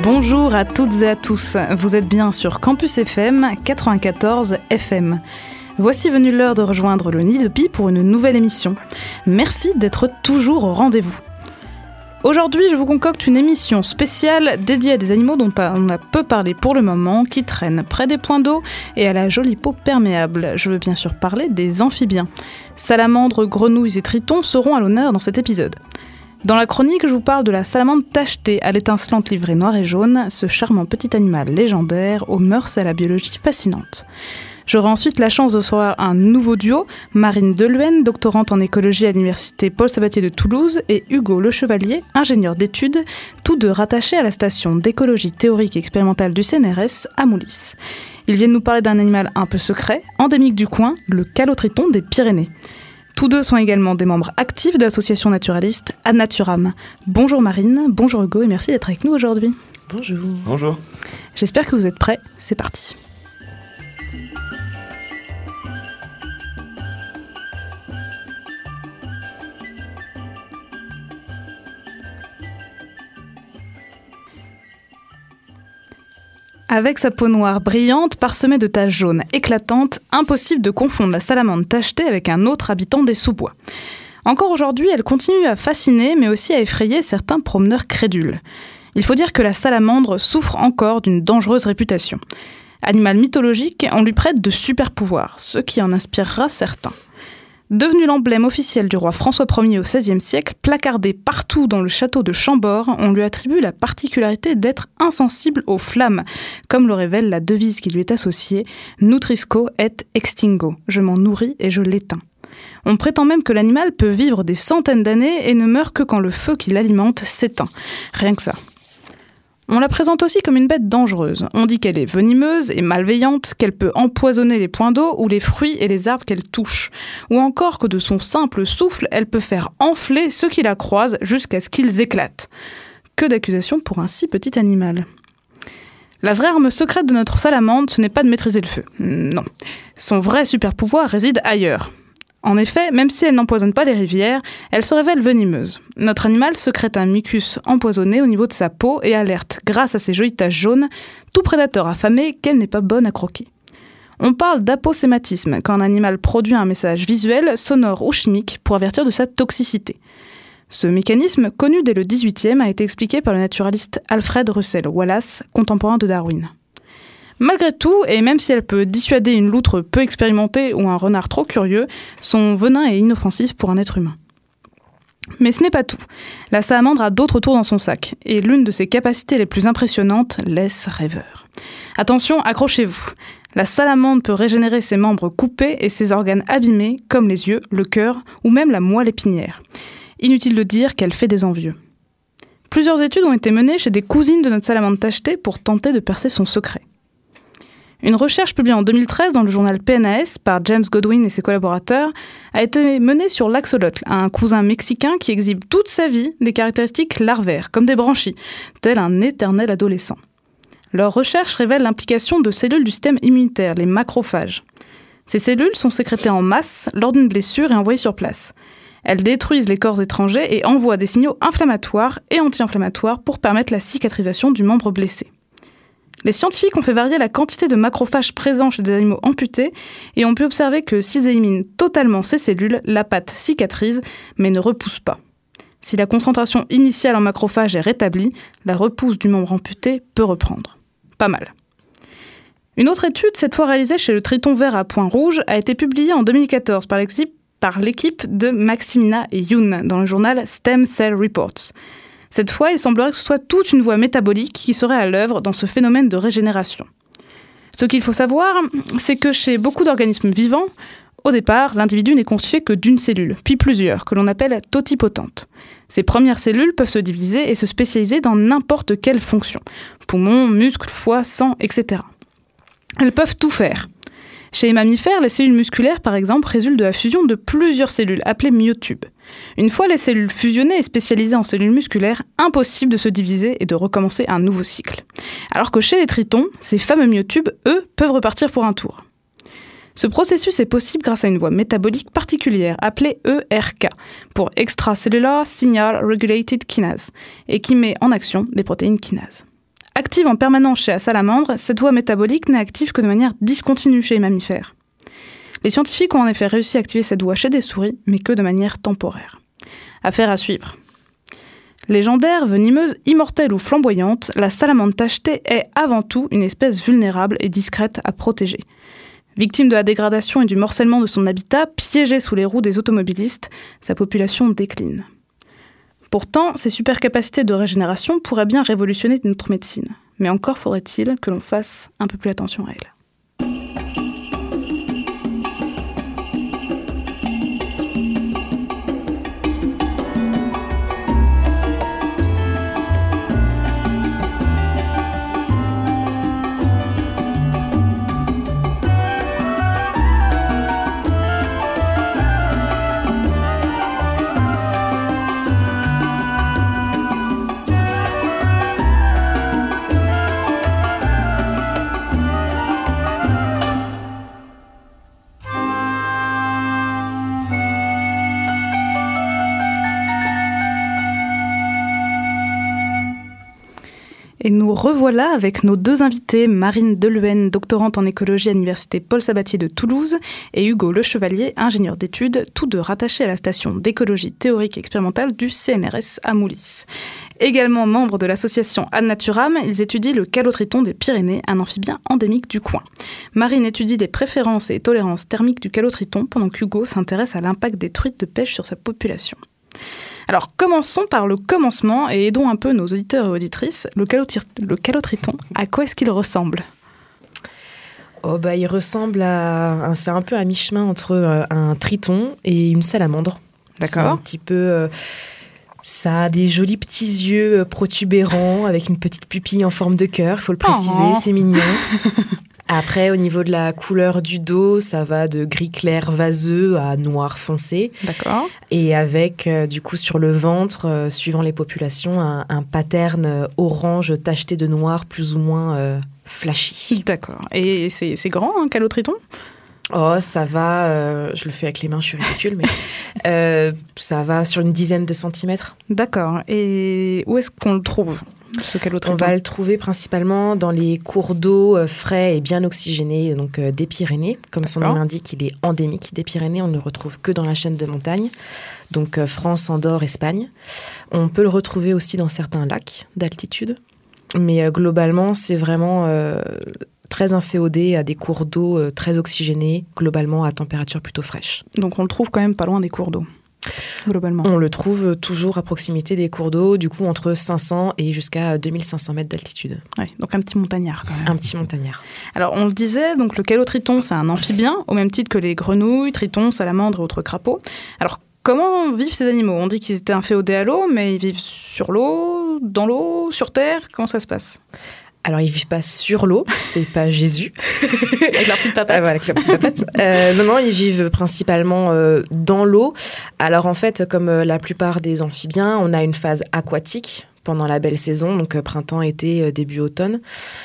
Bonjour à toutes et à tous, vous êtes bien sur Campus FM 94 FM. Voici venue l'heure de rejoindre le Nid de Pie pour une nouvelle émission. Merci d'être toujours au rendez-vous. Aujourd'hui, je vous concocte une émission spéciale dédiée à des animaux dont on a peu parlé pour le moment, qui traînent près des points d'eau et à la jolie peau perméable. Je veux bien sûr parler des amphibiens. Salamandres, grenouilles et tritons seront à l'honneur dans cet épisode. Dans la chronique, je vous parle de la salamandre tachetée à l'étincelante livrée noire et jaune, ce charmant petit animal légendaire aux mœurs et à la biologie fascinante. J'aurai ensuite la chance de recevoir un nouveau duo, Marine Deluenne, doctorante en écologie à l'université Paul Sabatier de Toulouse, et Hugo Le Chevalier, ingénieur d'études, tous deux rattachés à la station d'écologie théorique et expérimentale du CNRS à Moulis. Ils viennent nous parler d'un animal un peu secret, endémique du coin, le calotriton des Pyrénées. Tous deux sont également des membres actifs de l'association naturaliste Adnaturam. Bonjour Marine, bonjour Hugo et merci d'être avec nous aujourd'hui. Bonjour. Bonjour. J'espère que vous êtes prêts, c'est parti. Avec sa peau noire brillante, parsemée de taches jaunes éclatantes, impossible de confondre la salamandre tachetée avec un autre habitant des sous-bois. Encore aujourd'hui, elle continue à fasciner, mais aussi à effrayer certains promeneurs crédules. Il faut dire que la salamandre souffre encore d'une dangereuse réputation. Animal mythologique, on lui prête de super pouvoirs, ce qui en inspirera certains. Devenu l'emblème officiel du roi François Ier au XVIe siècle, placardé partout dans le château de Chambord, on lui attribue la particularité d'être insensible aux flammes, comme le révèle la devise qui lui est associée « Nutrisco et extingo », je m'en nourris et je l'éteins. On prétend même que l'animal peut vivre des centaines d'années et ne meurt que quand le feu qui l'alimente s'éteint. Rien que ça. On la présente aussi comme une bête dangereuse. On dit qu'elle est venimeuse et malveillante, qu'elle peut empoisonner les points d'eau ou les fruits et les arbres qu'elle touche. Ou encore que de son simple souffle, elle peut faire enfler ceux qui la croisent jusqu'à ce qu'ils éclatent. Que d'accusations pour un si petit animal. La vraie arme secrète de notre salamandre, ce n'est pas de maîtriser le feu. Non. Son vrai super pouvoir réside ailleurs. En effet, même si elle n'empoisonne pas les rivières, elle se révèle venimeuse. Notre animal sécrète un mucus empoisonné au niveau de sa peau et alerte, grâce à ses jolies taches jaunes, tout prédateur affamé qu'elle n'est pas bonne à croquer. On parle d'aposématisme, quand un animal produit un message visuel, sonore ou chimique pour avertir de sa toxicité. Ce mécanisme, connu dès le XVIIIe, a été expliqué par le naturaliste Alfred Russel Wallace, contemporain de Darwin. Malgré tout, et même si elle peut dissuader une loutre peu expérimentée ou un renard trop curieux, son venin est inoffensif pour un être humain. Mais ce n'est pas tout. La salamandre a d'autres tours dans son sac, et l'une de ses capacités les plus impressionnantes laisse rêveur. Attention, accrochez-vous. La salamandre peut régénérer ses membres coupés et ses organes abîmés, comme les yeux, le cœur ou même la moelle épinière. Inutile de dire qu'elle fait des envieux. Plusieurs études ont été menées chez des cousines de notre salamandre tachetée pour tenter de percer son secret. Une recherche publiée en 2013 dans le journal PNAS par James Godwin et ses collaborateurs a été menée sur l'axolotl, un cousin mexicain qui exhibe toute sa vie des caractéristiques larvaires, comme des branchies, tel un éternel adolescent. Leur recherche révèle l'implication de cellules du système immunitaire, les macrophages. Ces cellules sont sécrétées en masse lors d'une blessure et envoyées sur place. Elles détruisent les corps étrangers et envoient des signaux inflammatoires et anti-inflammatoires pour permettre la cicatrisation du membre blessé. Les scientifiques ont fait varier la quantité de macrophages présents chez des animaux amputés et ont pu observer que s'ils éliminent totalement ces cellules, la patte cicatrise mais ne repousse pas. Si la concentration initiale en macrophages est rétablie, la repousse du membre amputé peut reprendre. Pas mal. Une autre étude, cette fois réalisée chez le triton vert à points rouges, a été publiée en 2014 par l'équipe de Maximina et Yoon dans le journal Stem Cell Reports. Cette fois, il semblerait que ce soit toute une voie métabolique qui serait à l'œuvre dans ce phénomène de régénération. Ce qu'il faut savoir, c'est que chez beaucoup d'organismes vivants, au départ, l'individu n'est constitué que d'une cellule, puis plusieurs, que l'on appelle totipotentes. Ces premières cellules peuvent se diviser et se spécialiser dans n'importe quelle fonction. Poumons, muscles, foie, sang, etc. Elles peuvent tout faire. Chez les mammifères, les cellules musculaires, par exemple, résultent de la fusion de plusieurs cellules, appelées myotubes. Une fois les cellules fusionnées et spécialisées en cellules musculaires, impossible de se diviser et de recommencer un nouveau cycle. Alors que chez les tritons, ces fameux myotubes, eux, peuvent repartir pour un tour. Ce processus est possible grâce à une voie métabolique particulière, appelée ERK, pour Extracellular Signal Regulated Kinase, et qui met en action des protéines kinases. Active en permanence chez la salamandre, cette voie métabolique n'est active que de manière discontinue chez les mammifères. Les scientifiques ont en effet réussi à activer cette voie chez des souris, mais que de manière temporaire. Affaire à suivre. Légendaire, venimeuse, immortelle ou flamboyante, la salamandre tachetée est avant tout une espèce vulnérable et discrète à protéger. Victime de la dégradation et du morcellement de son habitat, piégée sous les roues des automobilistes, sa population décline. Pourtant, ses super capacités de régénération pourraient bien révolutionner notre médecine. Mais encore faudrait-il que l'on fasse un peu plus attention à elle. Et nous revoilà avec nos deux invités, Marine Deluenne, doctorante en écologie à l'université Paul Sabatier de Toulouse, et Hugo Lechevalier, ingénieur d'études, tous deux rattachés à la station d'écologie théorique et expérimentale du CNRS à Moulis. Également membres de l'association Ad Naturam, ils étudient le calotriton des Pyrénées, un amphibien endémique du coin. Marine étudie les préférences et tolérances thermiques du calotriton, pendant qu'Hugo s'intéresse à l'impact des truites de pêche sur sa population. Alors, commençons par le commencement et aidons un peu nos auditeurs et auditrices. Le calotriton, à quoi est-ce qu'il ressemble ? Il ressemble à... C'est un peu à mi-chemin entre un triton et une salamandre. D'accord. C'est un petit peu... ça a des jolis petits yeux protubérants avec une petite pupille en forme de cœur, il faut le préciser, c'est mignon. Après, au niveau de la couleur du dos, ça va de gris clair vaseux à noir foncé. D'accord. Et avec, du coup, sur le ventre, suivant les populations, un pattern orange tacheté de noir plus ou moins flashy. D'accord. Et c'est grand, un calotriton ? Oh, ça va, je le fais avec les mains, je suis ridicule, mais ça va sur une dizaine de centimètres. D'accord. Et où est-ce qu'on le trouve ? On va le trouver principalement dans les cours d'eau frais et bien oxygénés, donc des Pyrénées. Comme son nom l'indique, il est endémique des Pyrénées. On ne le retrouve que dans la chaîne de montagne, donc France, Andorre, Espagne. On peut le retrouver aussi dans certains lacs d'altitude. Mais globalement, c'est vraiment très inféodé à des cours d'eau très oxygénés, globalement à température plutôt fraîche. Donc on le trouve quand même pas loin des cours d'eau. Globalement. On le trouve toujours à proximité des cours d'eau, du coup entre 500 et jusqu'à 2500 mètres d'altitude. Oui, donc un petit montagnard quand même. Un petit montagnard. Alors on le disait, donc le calotriton c'est un amphibien, au même titre que les grenouilles, tritons, salamandres et autres crapauds. Alors comment vivent ces animaux ? On dit qu'ils étaient inféodés à l'eau, mais ils vivent sur l'eau, dans l'eau, sur terre, comment ça se passe ? Alors, ils vivent pas sur l'eau, c'est pas Jésus. Avec leur petite papate. Voilà, avec leur petite papate. Non, ils vivent principalement dans l'eau. Alors, en fait, comme la plupart des amphibiens, on a une phase aquatique pendant la belle saison, donc printemps, été, début automne,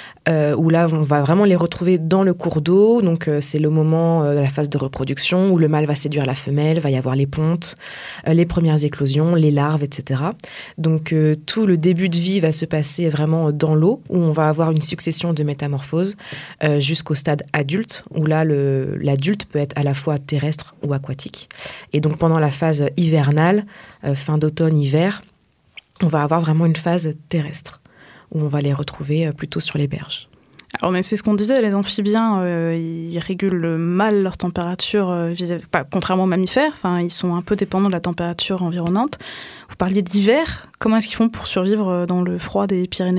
où là, on va vraiment les retrouver dans le cours d'eau. Donc, c'est le moment de la phase de reproduction où le mâle va séduire la femelle, va y avoir les pontes, les premières éclosions, les larves, etc. Donc, tout le début de vie va se passer vraiment dans l'eau, où on va avoir une succession de métamorphoses jusqu'au stade adulte, où là, l'adulte peut être à la fois terrestre ou aquatique. Et donc, pendant la phase hivernale, fin d'automne-hiver, on va avoir vraiment une phase terrestre, où on va les retrouver plutôt sur les berges. Alors, mais c'est ce qu'on disait, les amphibiens, ils régulent mal leur température, contrairement aux mammifères. Enfin, ils sont un peu dépendants de la température environnante. Vous parliez d'hiver. Comment est-ce qu'ils font pour survivre dans le froid des Pyrénées ?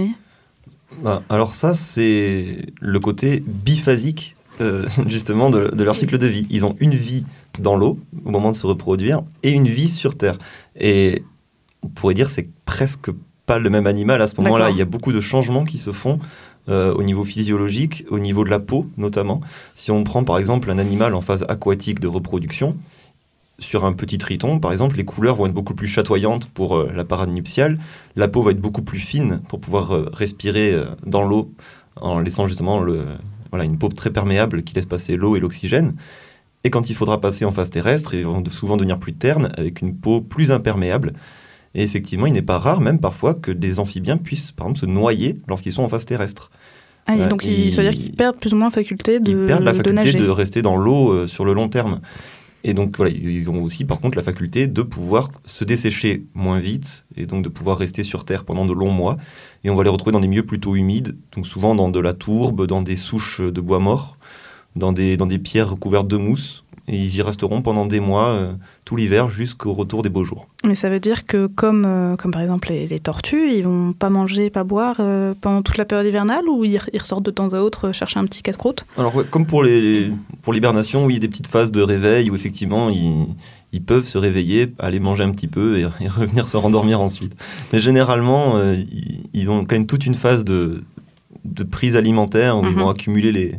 Alors ça, c'est le côté biphasique, justement, de leur cycle de vie. Ils ont une vie dans l'eau, au moment de se reproduire, et une vie sur Terre. Et on pourrait dire que c'est presque pas le même animal à ce moment-là. D'accord. Il y a beaucoup de changements qui se font au niveau physiologique, au niveau de la peau notamment. Si on prend par exemple un animal en phase aquatique de reproduction, sur un petit triton par exemple, les couleurs vont être beaucoup plus chatoyantes pour la parade nuptiale. La peau va être beaucoup plus fine pour pouvoir respirer dans l'eau en laissant justement une peau très perméable qui laisse passer l'eau et l'oxygène. Et quand il faudra passer en phase terrestre, ils vont souvent devenir plus ternes avec une peau plus imperméable. Et effectivement, il n'est pas rare, même parfois, que des amphibiens puissent, par exemple, se noyer lorsqu'ils sont en phase terrestre. Donc ça veut dire qu'ils perdent plus ou moins la faculté de nager. Ils perdent la faculté de rester dans l'eau sur le long terme. Et donc voilà, ils ont aussi par contre la faculté de pouvoir se dessécher moins vite et donc de pouvoir rester sur terre pendant de longs mois. Et on va les retrouver dans des milieux plutôt humides, donc souvent dans de la tourbe, dans des souches de bois mort, dans des pierres recouvertes de mousse. Et ils y resteront pendant des mois, tout l'hiver, jusqu'au retour des beaux jours. Mais ça veut dire que comme par exemple les tortues, ils vont pas manger, pas boire pendant toute la période hivernale, ou ils ressortent de temps à autre chercher un petit casse-croûte ? Alors ouais, comme pour l'hibernation, oui, il y a des petites phases de réveil où effectivement ils peuvent se réveiller, aller manger un petit peu et revenir se rendormir ensuite. Mais généralement, ils ont quand même toute une phase de prise alimentaire où ils vont accumuler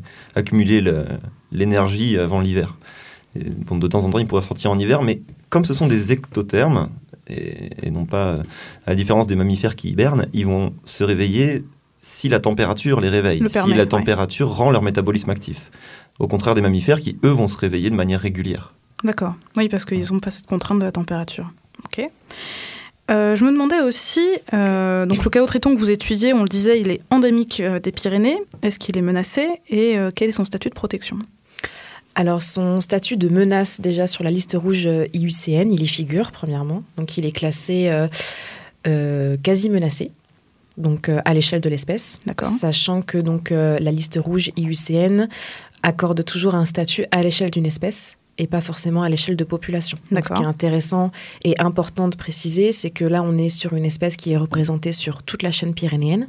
l'énergie avant l'hiver. Et bon, de temps en temps, ils pourraient sortir en hiver, mais comme ce sont des ectothermes, et non pas, à la différence des mammifères qui hibernent, ils vont se réveiller si la température les réveille, si la température rend leur métabolisme actif. Au contraire des mammifères qui, eux, vont se réveiller de manière régulière. D'accord, oui, parce qu'ils n'ont pas cette contrainte de la température. Ok. Je me demandais aussi, donc le chaos-triton que vous étudiez, on le disait, il est endémique des Pyrénées. Est-ce qu'il est menacé et quel est son statut de protection ? Alors, son statut de menace, déjà sur la liste rouge IUCN, il y figure, premièrement. Donc, il est classé quasi menacé, donc à l'échelle de l'espèce. D'accord. Sachant que donc, la liste rouge IUCN accorde toujours un statut à l'échelle d'une espèce et pas forcément à l'échelle de population. Donc, ce qui est intéressant et important de préciser, c'est que là, on est sur une espèce qui est représentée sur toute la chaîne pyrénéenne.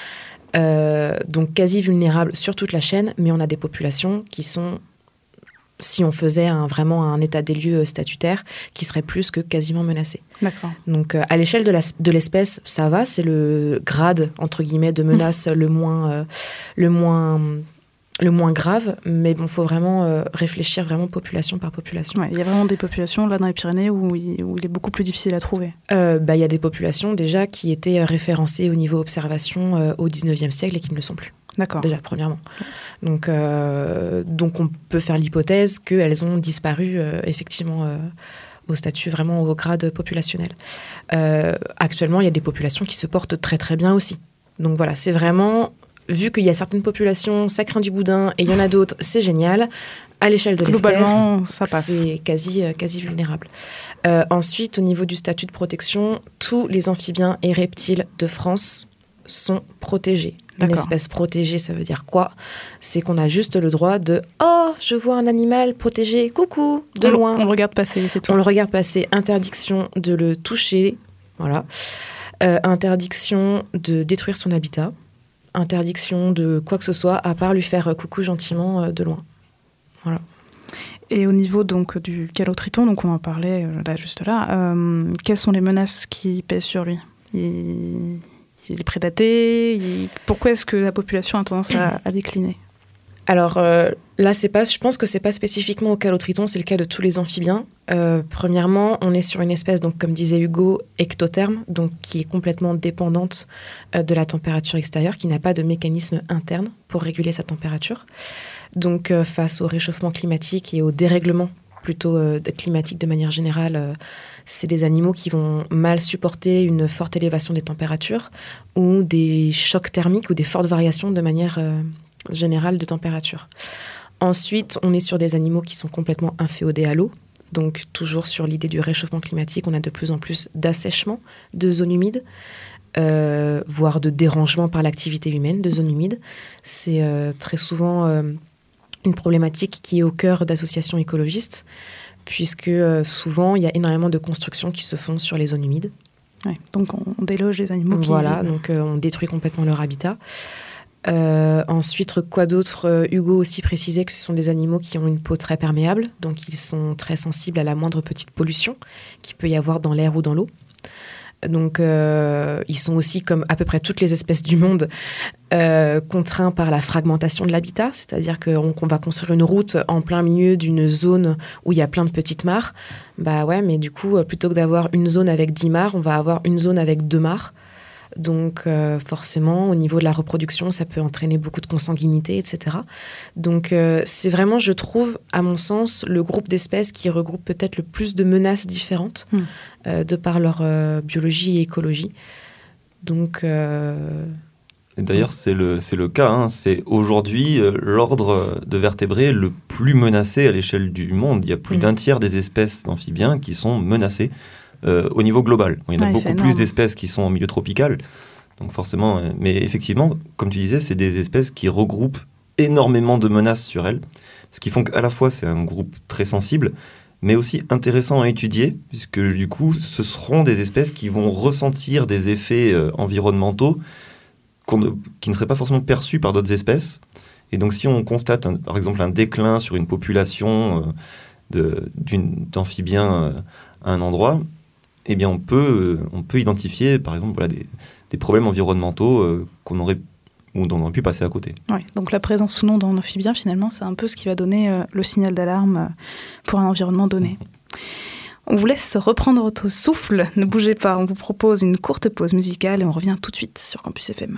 Donc, quasi vulnérable sur toute la chaîne, mais on a des populations qui sont... si on faisait vraiment un état des lieux statutaire, qui serait plus que quasiment menacé. D'accord. Donc, à l'échelle de l'espèce, ça va, c'est le grade, entre guillemets, de menace le moins grave, mais bon, il faut vraiment réfléchir vraiment population par population. Ouais, il y a vraiment des populations, là, dans les Pyrénées, où il est beaucoup plus difficile à trouver. Il y a des populations, déjà, qui étaient référencées au niveau observation au 19e siècle et qui ne le sont plus. D'accord. Déjà, premièrement. Donc, on peut faire l'hypothèse qu'elles ont disparu, effectivement, au statut, vraiment au grade populationnel. Actuellement, il y a des populations qui se portent très, très bien aussi. Donc voilà, c'est vraiment... Vu qu'il y a certaines populations, ça craint du boudin, et il y en a d'autres, c'est génial. À l'échelle de l'espèce, ça passe. C'est quasi vulnérable. Ensuite, au niveau du statut de protection, tous les amphibiens et reptiles de France sont protégés. Une espèce protégée, ça veut dire quoi ? C'est qu'on a juste le droit de « Oh, je vois un animal protégé, coucou !» de loin. On le regarde passer, c'est tout. On le regarde passer. Interdiction de le toucher. Voilà. Interdiction de détruire son habitat. Interdiction de quoi que ce soit, à part lui faire coucou gentiment de loin. Voilà. Et au niveau donc, du chaos-triton, donc on en parlait juste là, quelles sont les menaces qui pèsent sur lui ? Il est prédaté. Pourquoi est-ce que la population a tendance à décliner ? Alors là, je pense que c'est pas spécifiquement au chaos-triton, c'est le cas de tous les amphibiens. Premièrement, on est sur une espèce, donc comme disait Hugo, ectotherme, donc qui est complètement dépendante de la température extérieure, qui n'a pas de mécanisme interne pour réguler sa température. Donc face au réchauffement climatique et au dérèglement plutôt climatique de manière générale, c'est des animaux qui vont mal supporter une forte élévation des températures ou des chocs thermiques ou des fortes variations de manière générale de température. Ensuite, on est sur des animaux qui sont complètement inféodés à l'eau. Donc, toujours sur l'idée du réchauffement climatique, on a de plus en plus d'assèchement de zones humides, voire de dérangement par l'activité humaine de zones humides. C'est très souvent une problématique qui est au cœur d'associations écologistes, puisque souvent, il y a énormément de constructions qui se font sur les zones humides. Ouais, donc, on déloge les animaux qui... Voilà, donc on détruit complètement leur habitat. Ensuite, quoi d'autre ? Hugo aussi précisait que ce sont des animaux qui ont une peau très perméable, donc ils sont très sensibles à la moindre petite pollution qu'il peut y avoir dans l'air ou dans l'eau. Donc ils sont aussi, comme à peu près toutes les espèces du monde, contraints par la fragmentation de l'habitat, c'est-à-dire qu'on va construire une route en plein milieu d'une zone où il y a plein de petites mares. Bah ouais, mais du coup, plutôt que d'avoir une zone avec 10 mares, on va avoir une zone avec 2 mares. Donc forcément, au niveau de la reproduction, ça peut entraîner beaucoup de consanguinité, etc. Donc c'est vraiment, je trouve, à mon sens, le groupe d'espèces qui regroupe peut-être le plus de menaces différentes de par leur biologie et écologie. Donc... Et d'ailleurs, c'est le cas. Hein. C'est aujourd'hui l'ordre de vertébrés le plus menacé à l'échelle du monde. Il y a plus d'un tiers des espèces d'amphibiens qui sont menacées au niveau global. Il y en a beaucoup plus d'espèces qui sont en milieu tropical. Donc forcément, mais effectivement, comme tu disais, c'est des espèces qui regroupent énormément de menaces sur elles. Ce qui font qu'à la fois, c'est un groupe très sensible, mais aussi intéressant à étudier, puisque du coup, ce seront des espèces qui vont ressentir des effets environnementaux qui ne seraient pas forcément perçus par d'autres espèces. Et donc, si on constate, par exemple, un déclin sur une population d'amphibiens à un endroit, eh bien, on peut identifier, par exemple, voilà, des problèmes environnementaux dont on aurait pu passer à côté. Oui, donc la présence ou non d'un amphibien, finalement, c'est un peu ce qui va donner le signal d'alarme pour un environnement donné. On vous laisse reprendre votre souffle. Ne bougez pas, on vous propose une courte pause musicale et on revient tout de suite sur Campus FM.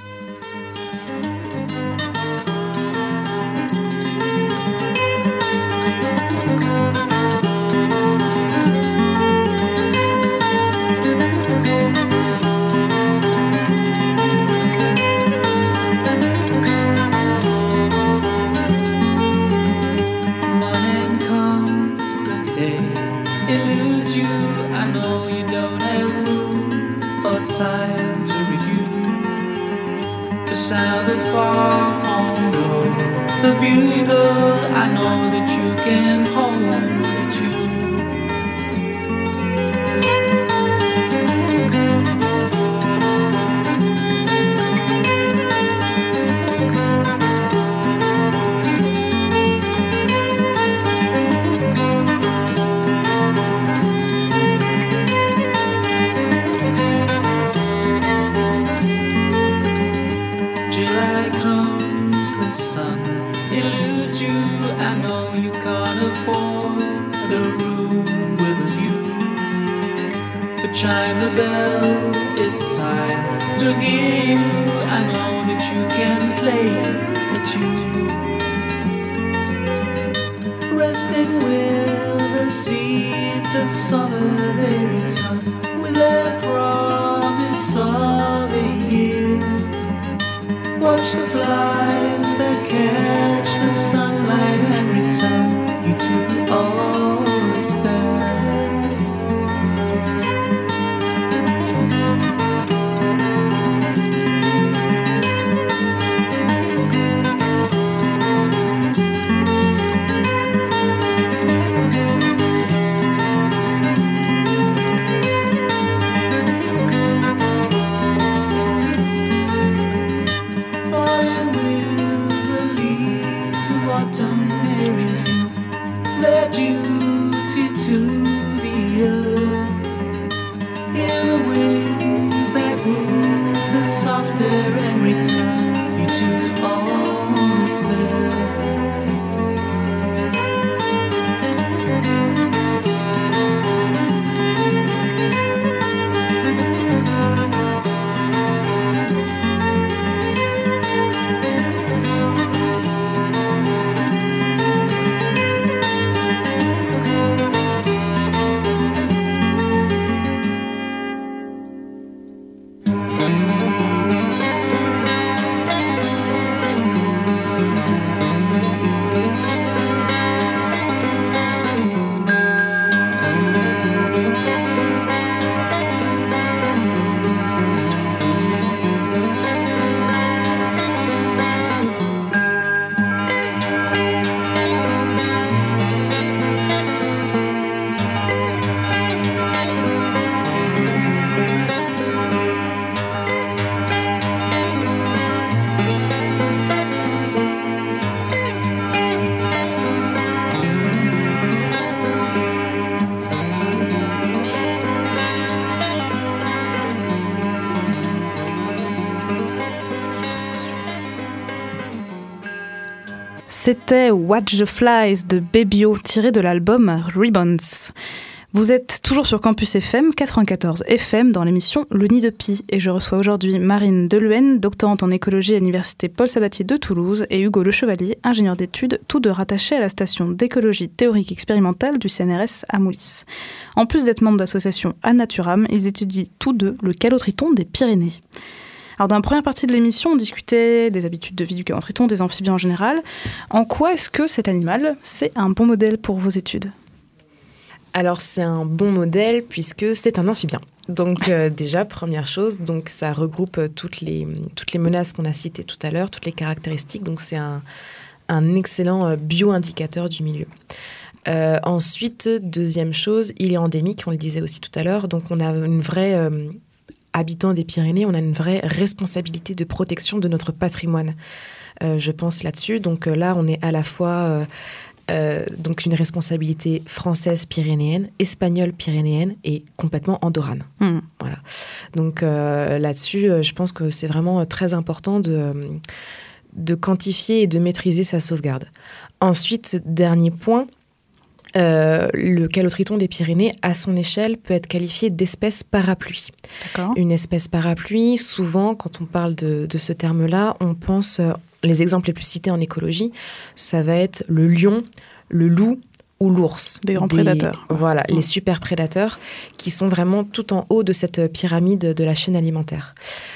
Time to review the sound of foghorn blow, the bugle. I know that you can hold it too. Chime the bell, it's time to hear you. I know that you can play a tune. Resting where the seeds of summer they return with their promise of a year. Watch the flies that catch the sunlight and return you to all that's there. C'était Watch the Flies de Bebio, tiré de l'album Ribbons. Vous êtes toujours sur Campus FM, 94 FM, dans l'émission Le Nid de Pie. Et je reçois aujourd'hui Marine Deluenne, doctorante en écologie à l'Université Paul Sabatier de Toulouse, et Hugo Lechevalier, ingénieur d'études, tous deux rattachés à la station d'écologie théorique expérimentale du CNRS à Moulis. En plus d'être membres d'association Anaturam, ils étudient tous deux le calotriton des Pyrénées. Alors, dans la première partie de l'émission, on discutait des habitudes de vie du calotriton, des amphibiens en général. En quoi est-ce que cet animal, c'est un bon modèle pour vos études ? Alors, c'est un bon modèle puisque c'est un amphibien. Donc, déjà, première chose, donc, ça regroupe toutes les menaces qu'on a citées tout à l'heure, toutes les caractéristiques. Donc, c'est un excellent bio-indicateur du milieu. Ensuite, deuxième chose, il est endémique, on le disait aussi tout à l'heure. Donc, on a une vraie... habitants des Pyrénées, on a une vraie responsabilité de protection de notre patrimoine. Je pense là-dessus. Donc là, on est à la fois donc une responsabilité française pyrénéenne, espagnole pyrénéenne et complètement andorrane. Voilà. Donc là-dessus, je pense que c'est vraiment très important de quantifier et de maîtriser sa sauvegarde. Ensuite, dernier point, le calotriton des Pyrénées, à son échelle, peut être qualifié d'espèce parapluie. D'accord. Une espèce parapluie, souvent, quand on parle de ce terme-là, on pense, les exemples les plus cités en écologie, ça va être le lion, le loup ou l'ours. Des grands prédateurs. Voilà, les super prédateurs qui sont vraiment tout en haut de cette pyramide de la chaîne alimentaire.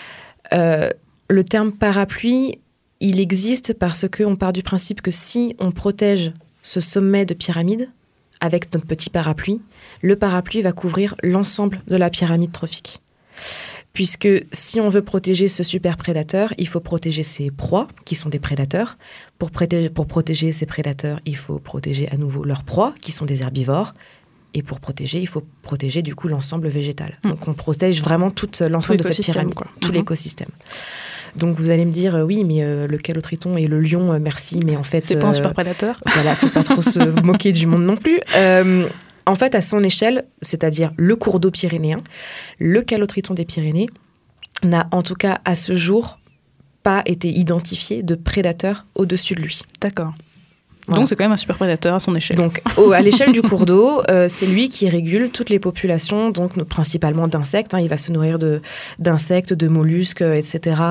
Le terme parapluie, il existe parce qu'on part du principe que si on protège ce sommet de pyramide, avec notre petit parapluie, le parapluie va couvrir l'ensemble de la pyramide trophique. Puisque si on veut protéger ce super prédateur, il faut protéger ses proies, qui sont des prédateurs. Pour protéger ces prédateurs, il faut protéger à nouveau leurs proies, qui sont des herbivores. Et pour protéger, il faut protéger du coup l'ensemble végétal. Donc on protège vraiment tout l'ensemble de cette pyramide, tout l'écosystème. Donc vous allez me dire, oui, mais le calotriton et le lion, merci, mais en fait... C'est pas un super prédateur. Voilà, faut pas trop se moquer du monde non plus. En fait, à son échelle, c'est-à-dire le cours d'eau pyrénéen, le calotriton des Pyrénées n'a en tout cas à ce jour pas été identifié de prédateur au-dessus de lui. D'accord. Voilà. Donc c'est quand même un super prédateur à son échelle. Donc à l'échelle du cours d'eau, c'est lui qui régule toutes les populations, donc principalement d'insectes. Il va se nourrir d'insectes, de mollusques, etc.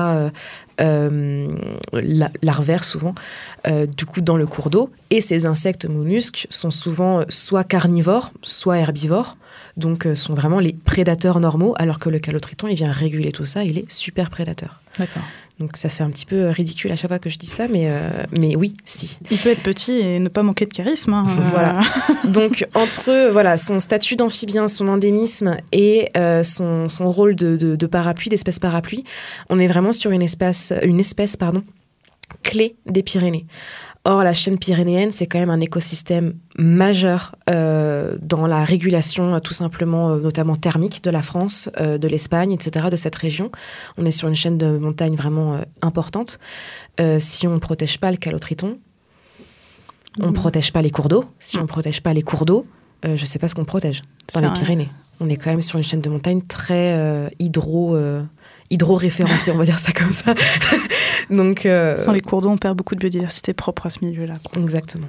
Larvaires souvent, du coup dans le cours d'eau. Et ces insectes mollusques sont souvent soit carnivores, soit herbivores. Donc sont vraiment les prédateurs normaux, alors que le calotriton, il vient réguler tout ça, il est super prédateur. D'accord. Donc ça fait un petit peu ridicule à chaque fois que je dis ça, mais oui, si. Il peut être petit et ne pas manquer de charisme. Voilà. Donc entre son statut d'amphibien, son endémisme et son rôle de parapluie, d'espèce parapluie, on est vraiment sur une espèce clé des Pyrénées. Or, la chaîne pyrénéenne, c'est quand même un écosystème majeur dans la régulation, tout simplement, notamment thermique, de la France, de l'Espagne, etc., de cette région. On est sur une chaîne de montagnes vraiment importante. Si on ne protège pas le calotriton, on ne protège pas les cours d'eau. Si on ne protège pas les cours d'eau, je ne sais pas ce qu'on protège dans les Pyrénées. On est quand même sur une chaîne de montagnes très hydro-référencée, on va dire ça comme ça. Donc, sans les cours d'eau, on perd beaucoup de biodiversité propre à ce milieu-là. Exactement.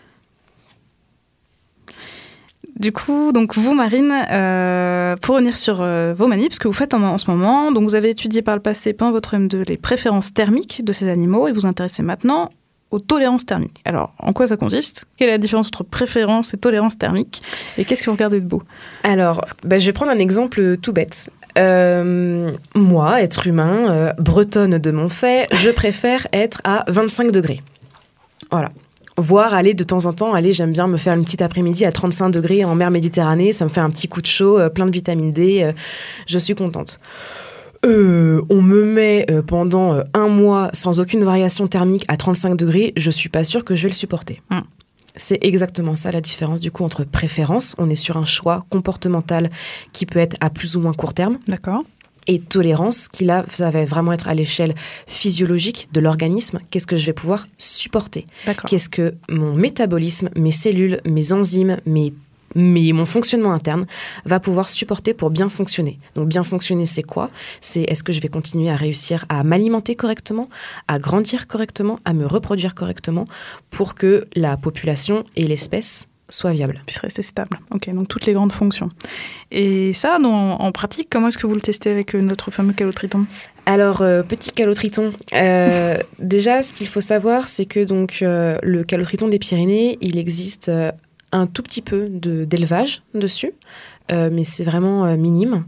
Du coup, donc vous, Marine, pour revenir sur vos manips, ce que vous faites en ce moment, donc vous avez étudié par le passé, pendant votre M2, les préférences thermiques de ces animaux et vous intéressez maintenant aux tolérances thermiques. Alors, en quoi ça consiste ? Quelle est la différence entre préférence et tolérance thermique ? Et qu'est-ce que vous regardez de beau ? Alors, je vais prendre un exemple tout bête. Moi, être humain, bretonne de mon fait, je préfère être à 25 degrés. Voilà. Voire aller de temps en temps, j'aime bien me faire une petite après-midi à 35 degrés en mer Méditerranée, ça me fait un petit coup de chaud, plein de vitamine D, je suis contente. On me met pendant un mois sans aucune variation thermique à 35 degrés, je suis pas sûre que je vais le supporter. C'est exactement ça la différence du coup entre préférence, on est sur un choix comportemental qui peut être à plus ou moins court terme. D'accord. Et tolérance, qui là, ça va vraiment être à l'échelle physiologique de l'organisme. Qu'est-ce que je vais pouvoir supporter ? D'accord. Qu'est-ce que mon métabolisme, mes cellules, mes enzymes, mon fonctionnement interne va pouvoir supporter pour bien fonctionner. Donc bien fonctionner, c'est quoi ? C'est est-ce que je vais continuer à réussir à m'alimenter correctement, à grandir correctement, à me reproduire correctement pour que la population et l'espèce soit viable. Puisse rester stable. Ok, donc toutes les grandes fonctions. Et ça, en pratique, comment est-ce que vous le testez avec notre fameux calotriton ? Alors, petit calotriton. Déjà, ce qu'il faut savoir, c'est que donc, le calotriton des Pyrénées, il existe un tout petit peu d'élevage dessus, mais c'est vraiment minime.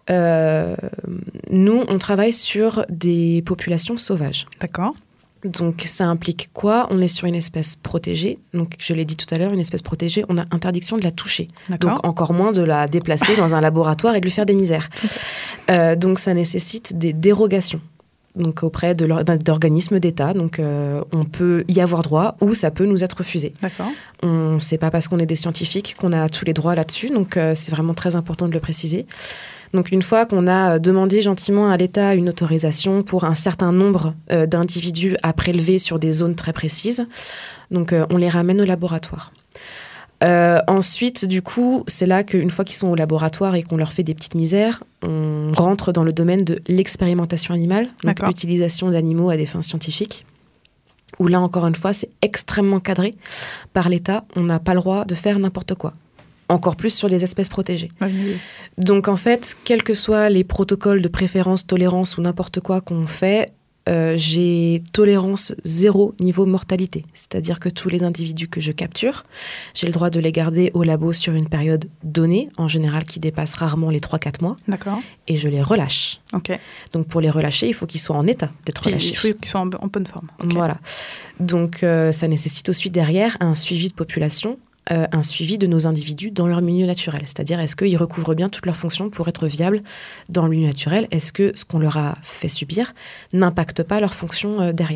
Nous, on travaille sur des populations sauvages. D'accord. Donc, ça implique quoi ? On est sur une espèce protégée. Donc, je l'ai dit tout à l'heure, une espèce protégée, on a interdiction de la toucher. D'accord. Donc, encore moins de la déplacer dans un laboratoire et de lui faire des misères. Donc, ça nécessite des dérogations. Donc, auprès d'organismes d'État. Donc, on peut y avoir droit ou ça peut nous être refusé. D'accord. C'est pas parce qu'on est des scientifiques qu'on a tous les droits là-dessus. Donc, c'est vraiment très important de le préciser. Donc, une fois qu'on a demandé gentiment à l'État une autorisation pour un certain nombre d'individus à prélever sur des zones très précises, donc on les ramène au laboratoire. Ensuite, du coup, c'est là qu'une fois qu'ils sont au laboratoire et qu'on leur fait des petites misères, on rentre dans le domaine de l'expérimentation animale, donc l'utilisation d'animaux à des fins scientifiques, où là, encore une fois, c'est extrêmement cadré par l'État. On n'a pas le droit de faire n'importe quoi. Encore plus sur les espèces protégées. Oui. Donc, en fait, quels que soient les protocoles de préférence, tolérance ou n'importe quoi qu'on fait, j'ai tolérance 0 niveau mortalité. C'est-à-dire que tous les individus que je capture, j'ai le droit de les garder au labo sur une période donnée, en général qui dépasse rarement les 3-4 mois. D'accord. Et je les relâche. Ok. Donc, pour les relâcher, il faut qu'ils soient en état d'être relâchés. Il faut qu'ils soient en bonne forme. Okay. Voilà. Donc, ça nécessite aussi derrière un suivi de population, un suivi de nos individus dans leur milieu naturel. C'est-à-dire, est-ce qu'ils recouvrent bien toutes leurs fonctions pour être viables dans le milieu naturel ? Est-ce que ce qu'on leur a fait subir n'impacte pas leurs fonctions derrière ?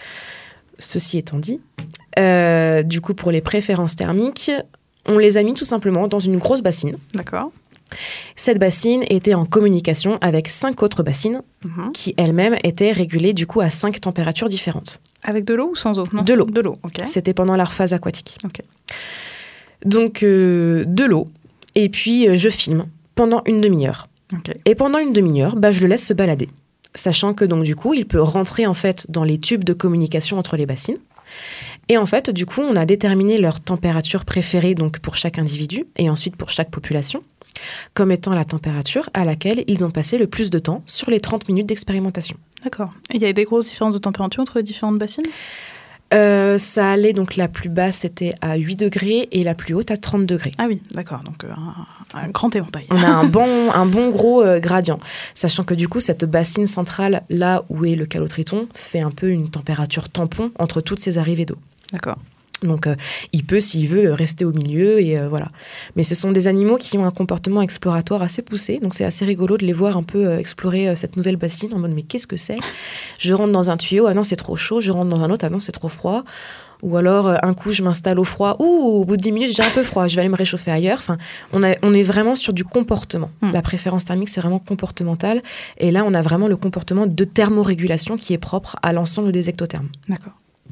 Ceci étant dit, du coup, pour les préférences thermiques, on les a mis tout simplement dans une grosse bassine. D'accord. Cette bassine était en communication avec 5 autres bassines qui elles-mêmes étaient régulées du coup à 5 températures différentes. Avec de l'eau ou sans eau ? Non. De l'eau. De l'eau, ok. C'était pendant leur phase aquatique. Ok. Donc, de l'eau. Et puis, je filme pendant une demi-heure. Okay. Et pendant une demi-heure, je le laisse se balader. Sachant que, donc, du coup, il peut rentrer, en fait, dans les tubes de communication entre les bassines. Et en fait, du coup, on a déterminé leur température préférée, donc, pour chaque individu, et ensuite pour chaque population, comme étant la température à laquelle ils ont passé le plus de temps sur les 30 minutes d'expérimentation. D'accord. Et il y a des grosses différences de température entre les différentes bassines ? Ça allait, donc la plus basse était à 8 degrés et la plus haute à 30 degrés. Ah oui, d'accord, donc un grand éventail. On a un bon gros gradient, sachant que du coup cette bassine centrale, là où est le calotriton, fait un peu une température tampon entre toutes ces arrivées d'eau. D'accord. Donc il peut, s'il veut, rester au milieu et voilà. Mais ce sont des animaux qui ont un comportement exploratoire assez poussé, donc c'est assez rigolo de les voir un peu explorer cette nouvelle bassine en mode mais qu'est-ce que c'est ? Je rentre dans un tuyau, ah non c'est trop chaud, je rentre dans un autre, ah non c'est trop froid. Ou alors un coup je m'installe au froid, au bout de 10 minutes j'ai un peu froid, je vais aller me réchauffer ailleurs. Enfin, on est vraiment sur du comportement. La préférence thermique c'est vraiment comportemental et là on a vraiment le comportement de thermorégulation qui est propre à l'ensemble des ectothermes. D'accord.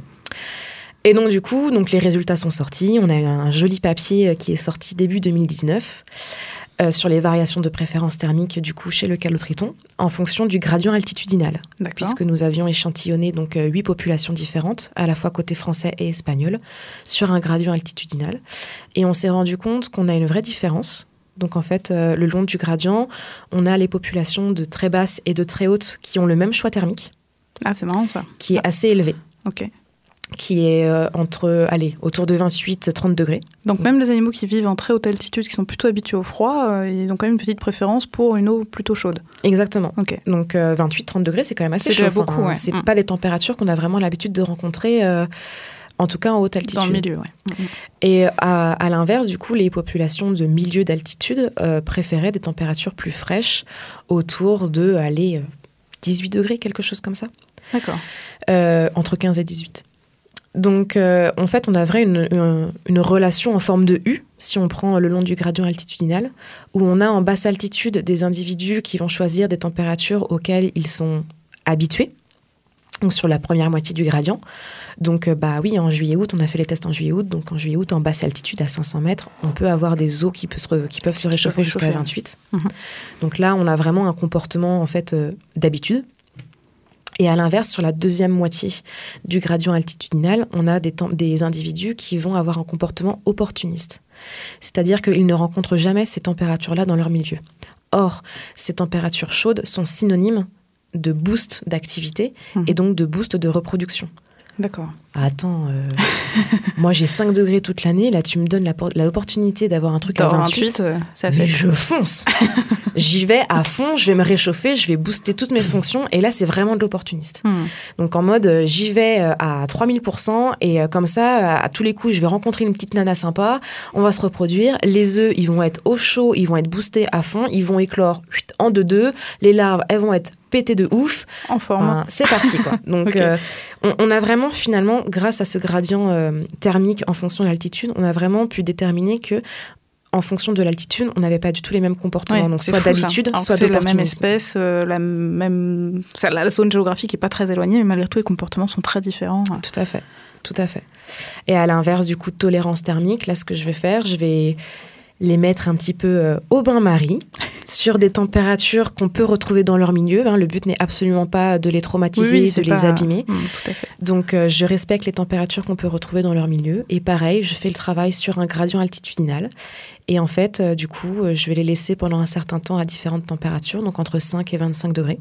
Et donc, du coup, les résultats sont sortis. On a eu un joli papier qui est sorti début 2019 sur les variations de préférence thermique du coup, chez le calotriton en fonction du gradient altitudinal. D'accord. Puisque nous avions échantillonné 8 populations différentes, à la fois côté français et espagnol, sur un gradient altitudinal. Et on s'est rendu compte qu'on a une vraie différence. Donc, en fait, le long du gradient, on a les populations de très basses et de très hautes qui ont le même choix thermique. Ah, c'est marrant, ça. Qui est assez élevé. Ok. Qui est autour de 28-30 degrés. Donc même les animaux qui vivent en très haute altitude, qui sont plutôt habitués au froid, ils ont quand même une petite préférence pour une eau plutôt chaude. Exactement. Okay. Donc 28-30 degrés, c'est quand même assez chaud. Déjà beaucoup, ouais. C'est pas des températures qu'on a vraiment l'habitude de rencontrer, en tout cas en haute altitude. Dans le milieu, oui. Et à l'inverse, du coup, les populations de milieu d'altitude préféraient des températures plus fraîches, autour de 18 degrés, quelque chose comme ça. D'accord. Entre 15 et 18. Donc, en fait, on a une relation en forme de U, si on prend le long du gradient altitudinal, où on a en basse altitude des individus qui vont choisir des températures auxquelles ils sont habitués, donc sur la première moitié du gradient. Donc, oui, en juillet-août, on a fait les tests en juillet-août, donc en juillet-août, en basse altitude, à 500 mètres, on peut avoir des eaux qui peuvent se réchauffer jusqu'à 28. Donc là, on a vraiment un comportement, en fait, d'habitude. Et à l'inverse, sur la deuxième moitié du gradient altitudinal, on a des individus qui vont avoir un comportement opportuniste. C'est-à-dire qu'ils ne rencontrent jamais ces températures-là dans leur milieu. Or, ces températures chaudes sont synonymes de boost d'activité et donc de boost de reproduction. D'accord. Attends, moi j'ai 5 degrés toute l'année, là tu me donnes l'opportunité d'avoir un truc à 28, ça fait... mais je fonce. J'y vais à fond, je vais me réchauffer, je vais booster toutes mes fonctions, et là c'est vraiment de l'opportuniste. Donc en mode, j'y vais à 3000%, et comme ça, à tous les coups, je vais rencontrer une petite nana sympa, on va se reproduire, les œufs, ils vont être au chaud, ils vont être boostés à fond, ils vont éclore en 2-2, les larves, elles vont être pété de ouf. En forme. C'est parti, quoi. Donc, Okay. On a vraiment, finalement, grâce à ce gradient thermique en fonction de l'altitude, on a vraiment pu déterminer que, en fonction de l'altitude, on n'avait pas du tout les mêmes comportements. Ouais, donc, soit d'habitude, soit c'est d'opportunisme. la même espèce, la zone géographique n'est pas très éloignée, mais malgré tout, les comportements sont très différents. Tout à fait. Tout à fait. Et à l'inverse, du coup, de tolérance thermique, là, ce que je vais faire, je vais les mettre un petit peu au bain-marie, sur des températures qu'on peut retrouver dans leur milieu. Le but n'est absolument pas de les traumatiser, les abîmer. Tout à fait. Donc, je respecte les températures qu'on peut retrouver dans leur milieu. Et pareil, je fais le travail sur un gradient altitudinal. Et en fait, du coup, je vais les laisser pendant un certain temps à différentes températures, donc entre 5 et 25 degrés.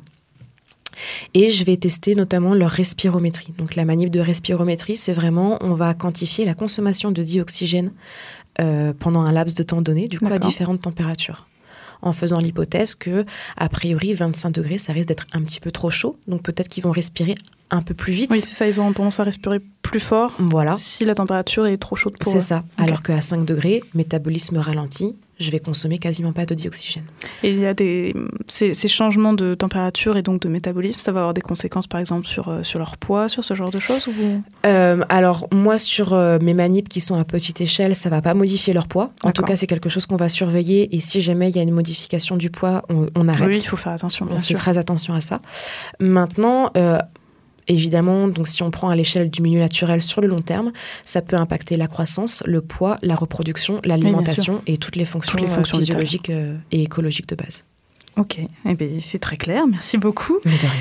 Et je vais tester notamment leur respirométrie. Donc, la manip de respirométrie, c'est vraiment, on va quantifier la consommation de dioxygène pendant un laps de temps donné, du coup, à différentes températures. En faisant l'hypothèse que, a priori, 25 degrés, ça risque d'être un petit peu trop chaud. Donc, peut-être qu'ils vont respirer un peu plus vite. Oui, c'est ça, ils ont tendance à respirer plus fort si la température est trop chaude pour eux. C'est ça. Okay. Alors qu'à 5 degrés, métabolisme ralenti, je vais consommer quasiment pas de dioxygène. Et il y a ces changements de température et donc de métabolisme, ça va avoir des conséquences, par exemple, sur leur poids, sur ce genre de choses ou... Alors, moi, sur mes manips qui sont à petite échelle, ça va pas modifier leur poids. En tout cas, c'est quelque chose qu'on va surveiller. Et si jamais il y a une modification du poids, on arrête. Oui, il faut faire attention, bien sûr. On fait très attention à ça. Maintenant... évidemment, donc si on prend à l'échelle du milieu naturel sur le long terme, ça peut impacter la croissance, le poids, la reproduction, l'alimentation et toutes les fonctions physiologiques et écologiques de base. Ok, c'est très clair, merci beaucoup. Mais de rien.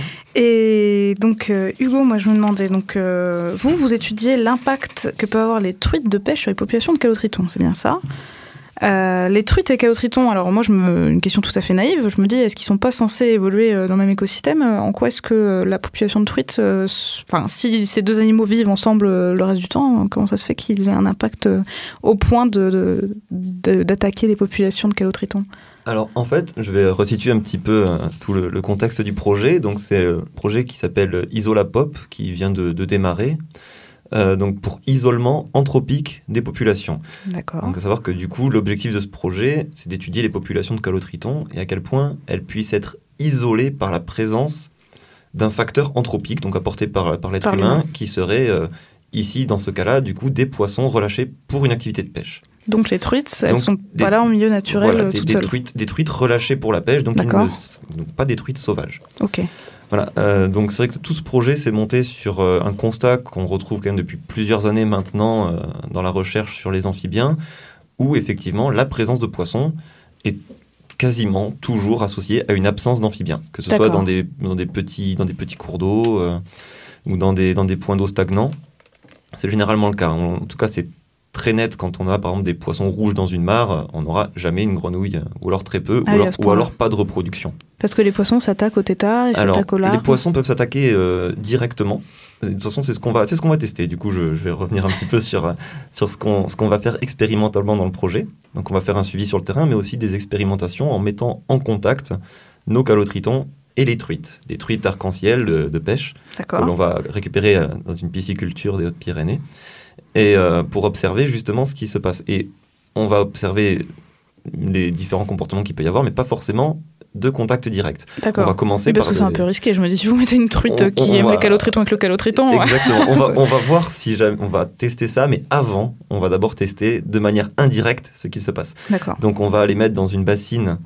Et donc, Hugo, moi je me demandais, donc, vous étudiez l'impact que peuvent avoir les truites de pêche sur les populations de calotritons, c'est bien ça ? Les truites et calotritons, alors moi une question tout à fait naïve, je me dis est-ce qu'ils sont pas censés évoluer dans le même écosystème ? En quoi est-ce que la population de truites, si ces deux animaux vivent ensemble le reste du temps, comment ça se fait qu'il ait un impact au point d'attaquer les populations de calotritons ? Alors en fait, je vais resituer un petit peu tout le contexte du projet. Donc c'est un projet qui s'appelle Isolapop, qui vient de démarrer. Donc pour isolement anthropique des populations. D'accord. Donc à savoir que du coup, l'objectif de ce projet, c'est d'étudier les populations de calotritons et à quel point elles puissent être isolées par la présence d'un facteur anthropique, donc apporté par l'être humain, qui serait ici, dans ce cas-là, du coup, des poissons relâchés pour une activité de pêche. Donc les truites, elles ne sont pas là en milieu naturel toutes seules. Des truites relâchées pour la pêche, donc pas des truites sauvages. Ok. Voilà, donc c'est vrai que tout ce projet s'est monté sur un constat qu'on retrouve quand même depuis plusieurs années maintenant dans la recherche sur les amphibiens, où effectivement la présence de poissons est quasiment toujours associée à une absence d'amphibiens, que ce soit dans des petits cours d'eau ou dans des points d'eau stagnants. C'est généralement le cas. En tout cas, c'est très net quand on a par exemple des poissons rouges dans une mare, on n'aura jamais une grenouille, ou alors très peu, ou alors pas de reproduction. Parce que les poissons s'attaquent au tétard et s'attaquent au larves. Les poissons peuvent s'attaquer directement. De toute façon, c'est ce qu'on va tester. Du coup, je vais revenir un petit peu sur ce qu'on va faire expérimentalement dans le projet. Donc, on va faire un suivi sur le terrain, mais aussi des expérimentations en mettant en contact nos calotritons et les truites arc-en-ciel de pêche, que l'on va récupérer dans une pisciculture des Hautes-Pyrénées, et pour observer justement ce qui se passe. Et on va observer les différents comportements qu'il peut y avoir, mais pas forcément de contact direct. D'accord. On va commencer parce que c'est un peu risqué. Je me dis, si vous mettez une truite qui aime les calotritons avec le calotriton... Exactement. On va voir si on va tester ça, mais avant, on va d'abord tester de manière indirecte ce qu'il se passe. D'accord. Donc, on va les mettre dans une bassine,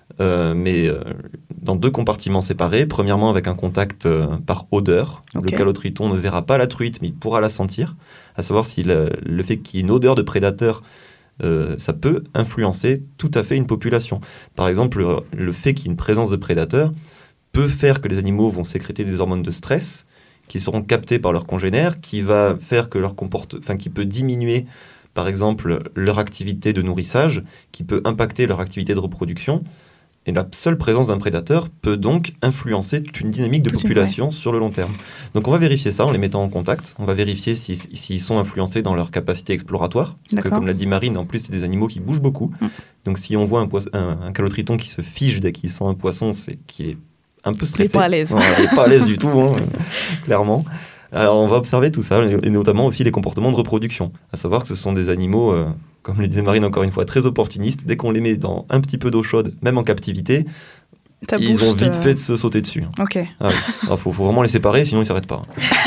mais dans 2 compartiments séparés. Premièrement, avec un contact par odeur. Le calotriton ne verra pas la truite, mais il pourra la sentir. À savoir si le fait qu'il y ait une odeur de prédateur, ça peut influencer tout à fait une population. Par exemple, le fait qu'il y ait une présence de prédateurs peut faire que les animaux vont sécréter des hormones de stress qui seront captées par leurs congénères, qui va faire que qui peut diminuer, par exemple, leur activité de nourrissage, qui peut impacter leur activité de reproduction. Et la seule présence d'un prédateur peut donc influencer toute une dynamique de population sur le long terme. Donc on va vérifier ça en les mettant en contact. On va vérifier s'ils sont influencés dans leur capacité exploratoire. Parce que, comme l'a dit Marine, en plus, c'est des animaux qui bougent beaucoup. Donc si on voit un calotriton qui se fige dès qu'il sent un poisson, c'est qu'il est un peu stressé. Il n'est pas à l'aise. Il n'est pas à l'aise du tout, clairement. Alors on va observer tout ça, et notamment aussi les comportements de reproduction. À savoir que ce sont des animaux... comme le disait Marine encore une fois, très opportunistes. Dès qu'on les met dans un petit peu d'eau chaude, même en captivité, ils ont vite fait de se sauter dessus. Ok. Ah oui. Alors, faut vraiment les séparer, sinon ils s'arrêtent pas.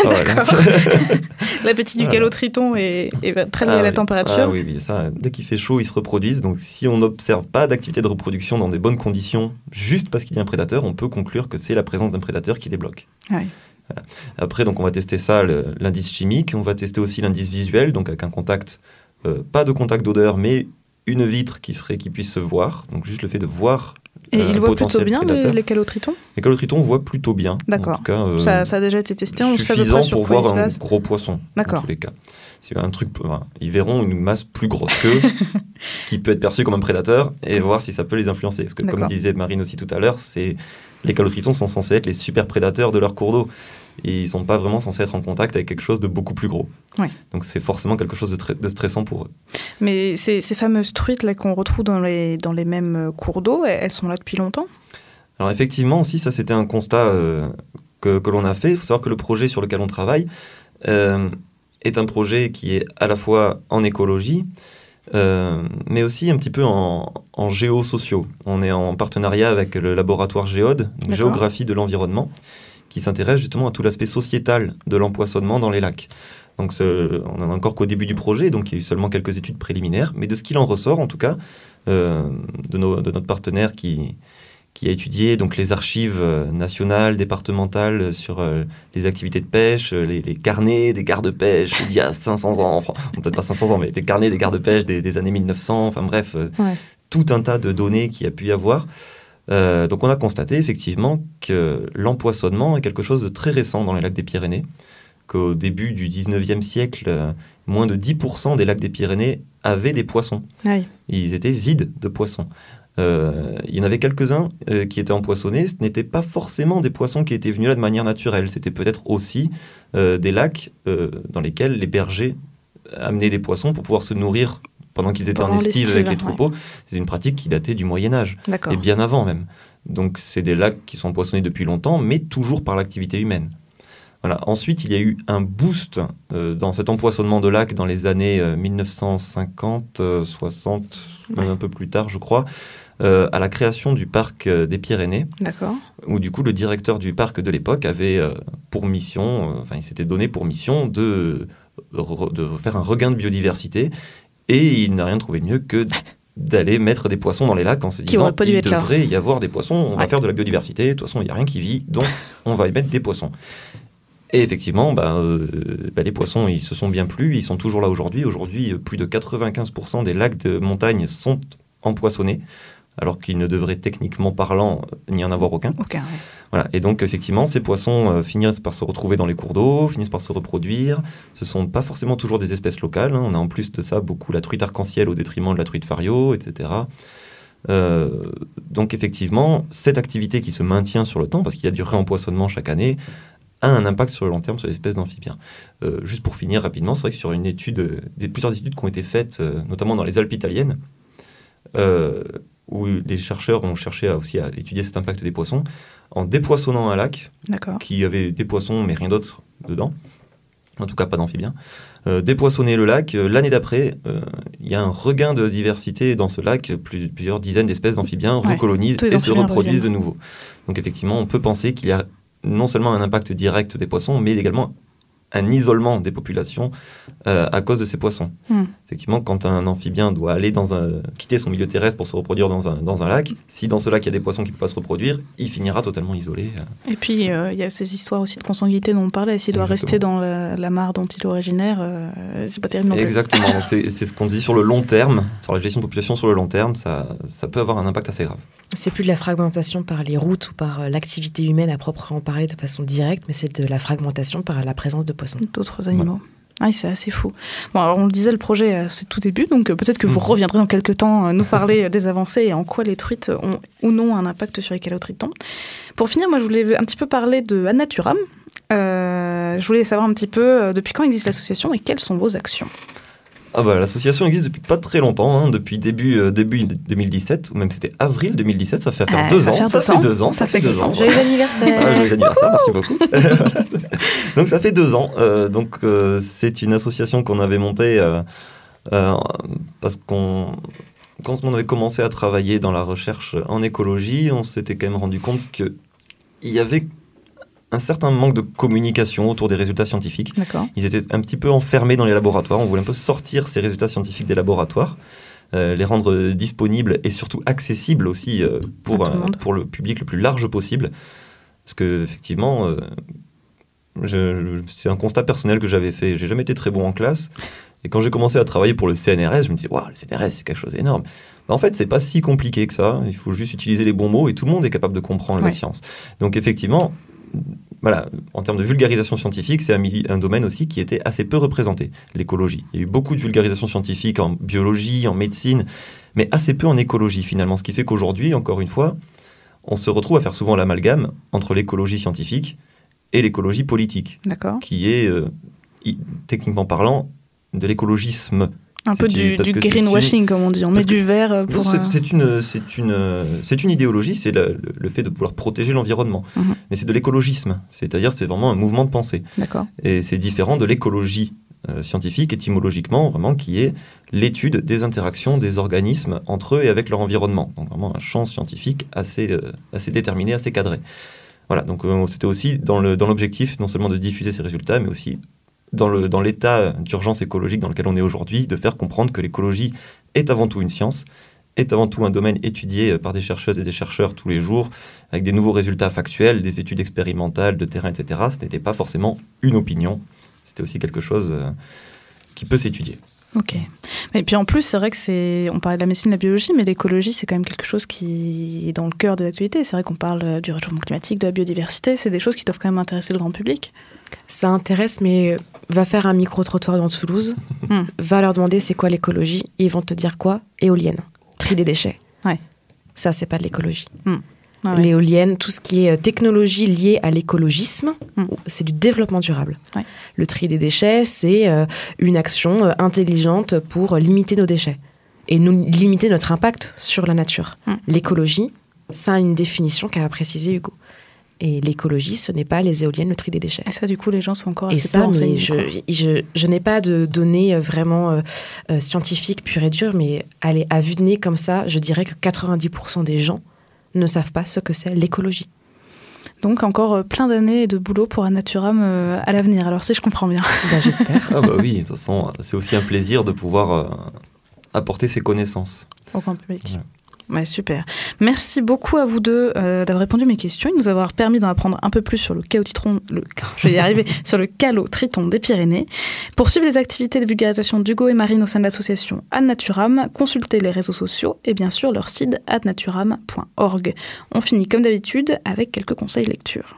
L'appétit du calotriton est très lié à la température. Ah oui, ça, dès qu'il fait chaud, ils se reproduisent. Donc si on n'observe pas d'activité de reproduction dans des bonnes conditions, juste parce qu'il y a un prédateur, on peut conclure que c'est la présence d'un prédateur qui les bloque. Oui. Voilà. Après, donc, on va tester ça, l'indice chimique. On va tester aussi l'indice visuel, donc avec un contact... pas de contact d'odeur, mais une vitre qui ferait qu'ils puissent se voir. Donc juste le fait de voir. Et ils voient plutôt bien prédateur. les calotritons ? Les calotritons voient plutôt bien. D'accord. En tout cas, ça a déjà été testé. On sait à peu suffisant près sur pour quoi voir il se un base. gros poisson. D'accord. Dans tous les cas. S'il y a un truc, ils verront une masse plus grosse qu'eux, ce qui peut être perçu comme un prédateur, et voir si ça peut les influencer. Parce que comme disait Marine aussi tout à l'heure, les calotritons sont censés être les super prédateurs de leur cours d'eau. Et ils ne sont pas vraiment censés être en contact avec quelque chose de beaucoup plus gros. Ouais. Donc c'est forcément quelque chose de stressant pour eux. Mais ces fameuses truites là, qu'on retrouve dans les mêmes cours d'eau, elles sont là depuis longtemps ? Alors effectivement aussi, ça c'était un constat que l'on a fait. Il faut savoir que le projet sur lequel on travaille est un projet qui est à la fois en écologie, mais aussi un petit peu en géosociaux. On est en partenariat avec le laboratoire Géode, donc Géographie de l'environnement, qui s'intéresse justement à tout l'aspect sociétal de l'empoisonnement dans les lacs. Donc on n'en est encore qu'au début du projet, donc il y a eu seulement quelques études préliminaires, mais de ce qu'il en ressort en tout cas, de notre partenaire qui a étudié donc, les archives nationales, départementales sur les activités de pêche, les carnets des gardes-pêche d'il y a 500 ans, enfin peut-être pas 500 ans, mais les carnets des gardes-pêche des années 1900, enfin bref, tout un tas de données qu'il y a pu y avoir. Donc on a constaté effectivement que l'empoisonnement est quelque chose de très récent dans les lacs des Pyrénées, qu'au début du 19e siècle, moins de 10% des lacs des Pyrénées avaient des poissons. Oui. Ils étaient vides de poissons. Il y en avait quelques-uns qui étaient empoisonnés. Ce n'étaient pas forcément des poissons qui étaient venus là de manière naturelle. C'était peut-être aussi des lacs dans lesquels les bergers amenaient des poissons pour pouvoir se nourrir pendant qu'ils étaient en estive avec les troupeaux. Ouais. C'est une pratique qui datait du Moyen-Âge, et bien avant même. Donc c'est des lacs qui sont empoisonnés depuis longtemps, mais toujours par l'activité humaine. Voilà. Ensuite, il y a eu un boost dans cet empoisonnement de lacs dans les années 1950, 60, même un peu plus tard, je crois, à la création du parc des Pyrénées. D'accord. Où du coup, le directeur du parc de l'époque avait pour mission, il s'était donné pour mission de faire un regain de biodiversité. Et il n'a rien trouvé de mieux que d'aller mettre des poissons dans les lacs en se disant qu'il devrait y avoir des poissons, on va faire de la biodiversité, de toute façon il n'y a rien qui vit, donc on va y mettre des poissons. Et effectivement, les poissons ils se sont bien plu, ils sont toujours là aujourd'hui. Aujourd'hui, plus de 95% des lacs de montagne sont empoisonnés, alors qu'il ne devrait techniquement parlant n'y en avoir aucun. Ouais. Voilà. Et donc effectivement, ces poissons finissent par se retrouver dans les cours d'eau, finissent par se reproduire. Ce ne sont pas forcément toujours des espèces locales. On a en plus de ça beaucoup la truite arc-en-ciel au détriment de la truite fario, etc. Donc effectivement, cette activité qui se maintient sur le temps, parce qu'il y a du réempoisonnement chaque année, a un impact sur le long terme sur les espèces d'amphibiens. Juste pour finir rapidement, c'est vrai que sur une étude, plusieurs études qui ont été faites, notamment dans les Alpes italiennes, où les chercheurs ont cherché aussi à étudier cet impact des poissons, en dépoissonnant un lac qui avait des poissons mais rien d'autre dedans, en tout cas pas d'amphibiens, dépoissonner le lac, l'année d'après, il y a un regain de diversité dans ce lac, plusieurs dizaines d'espèces d'amphibiens recolonisent et se reproduisent de nouveau. Donc effectivement, on peut penser qu'il y a non seulement un impact direct des poissons, mais également un isolement des populations à cause de ces poissons. Effectivement, quand un amphibien doit aller quitter son milieu terrestre pour se reproduire dans un lac, si dans ce lac il y a des poissons qui ne peuvent pas se reproduire, il finira totalement isolé. Et puis il y a ces histoires aussi de consanguinité dont on parlait. S'il doit rester dans la mare dont il est originaire, c'est pas terrible non plus. Exactement. Donc c'est ce qu'on dit sur le long terme, sur la gestion de population sur le long terme, ça peut avoir un impact assez grave. C'est plus de la fragmentation par les routes ou par l'activité humaine à proprement parler de façon directe, mais c'est de la fragmentation par la présence de poissons. D'autres animaux. Ouais. Ah, c'est assez fou. Bon, alors on le disait, le projet, c'est tout début, donc peut-être que vous reviendrez dans quelques temps nous parler des avancées et en quoi les truites ont ou non un impact sur les calotritons. Pour finir, moi je voulais un petit peu parler de Adnaturam. Je voulais savoir un petit peu depuis quand existe l'association et quelles sont vos actions. L'association existe depuis pas très longtemps, depuis début 2017, ou même c'était avril 2017, ça fait faire 2 ans. Ça fait 2 ans. Joyeux anniversaire. Joyeux anniversaire, merci beaucoup. Donc ça fait 2 ans. C'est une association qu'on avait montée parce quand on avait commencé à travailler dans la recherche en écologie, on s'était quand même rendu compte qu'il y avait un certain manque de communication autour des résultats scientifiques. D'accord. Ils étaient un petit peu enfermés dans les laboratoires. On voulait un peu sortir ces résultats scientifiques des laboratoires, les rendre disponibles et surtout accessibles aussi pour le public le plus large possible. Parce qu'effectivement, c'est un constat personnel que j'avais fait. J'ai jamais été très bon en classe. Et quand j'ai commencé à travailler pour le CNRS, je me disais, waouh, le CNRS, c'est quelque chose d'énorme. En fait, c'est pas si compliqué que ça. Il faut juste utiliser les bons mots et tout le monde est capable de comprendre la science. Donc effectivement, voilà, en termes de vulgarisation scientifique, c'est un domaine aussi qui était assez peu représenté, l'écologie. Il y a eu beaucoup de vulgarisation scientifique en biologie, en médecine, mais assez peu en écologie finalement. Ce qui fait qu'aujourd'hui, encore une fois, on se retrouve à faire souvent l'amalgame entre l'écologie scientifique et l'écologie politique, qui est, techniquement parlant, de l'écologisme. Un peu du greenwashing, comme on dit. On met du vert pour... C'est une idéologie, c'est le fait de vouloir protéger l'environnement. Mais c'est de l'écologisme, c'est-à-dire c'est vraiment un mouvement de pensée. D'accord. Et c'est différent de l'écologie scientifique, étymologiquement, vraiment, qui est l'étude des interactions des organismes entre eux et avec leur environnement. Donc vraiment un champ scientifique assez déterminé, assez cadré. Voilà, donc c'était aussi dans l'objectif non seulement de diffuser ces résultats, mais aussi dans l'état d'urgence écologique dans lequel on est aujourd'hui, de faire comprendre que l'écologie est avant tout une science, est avant tout un domaine étudié par des chercheuses et des chercheurs tous les jours, avec des nouveaux résultats factuels, des études expérimentales, de terrain, etc. Ce n'était pas forcément une opinion, c'était aussi quelque chose qui peut s'étudier. Ok. Et puis en plus, c'est vrai que on parlait de la médecine, de la biologie, mais l'écologie, c'est quand même quelque chose qui est dans le cœur de l'actualité. C'est vrai qu'on parle du réchauffement climatique, de la biodiversité, c'est des choses qui doivent quand même intéresser le grand public. Ça intéresse, mais va faire un micro-trottoir dans Toulouse, va leur demander c'est quoi l'écologie, et ils vont te dire quoi ? Éolienne, tri des déchets. Ouais. Ça, c'est pas de l'écologie. Ouais. L'éolienne, tout ce qui est technologie liée à l'écologisme, c'est du développement durable. Ouais. Le tri des déchets, c'est une action intelligente pour limiter nos déchets et limiter notre impact sur la nature. L'écologie, ça a une définition qu'a précisé Hugo. Et l'écologie, ce n'est pas les éoliennes, le tri des déchets. Et ça, du coup, les gens sont encore assez peu renseignés. Je n'ai pas de données vraiment scientifiques pures et dures, mais allez, à vue de nez comme ça, je dirais que 90% des gens ne savent pas ce que c'est l'écologie. Donc encore plein d'années de boulot pour Adnaturam à l'avenir, alors si je comprends bien. J'espère. Oui, de toute façon, c'est aussi un plaisir de pouvoir apporter ses connaissances. Au grand public. Ouais. Ouais, super. Merci beaucoup à vous deux d'avoir répondu à mes questions et de nous avoir permis d'en apprendre un peu plus sur le sur le calotritton des Pyrénées. Pour suivre les activités de vulgarisation d'Hugo et Marine au sein de l'association Adnaturam, consultez les réseaux sociaux et bien sûr leur site adnaturam.org. On finit comme d'habitude avec quelques conseils lecture.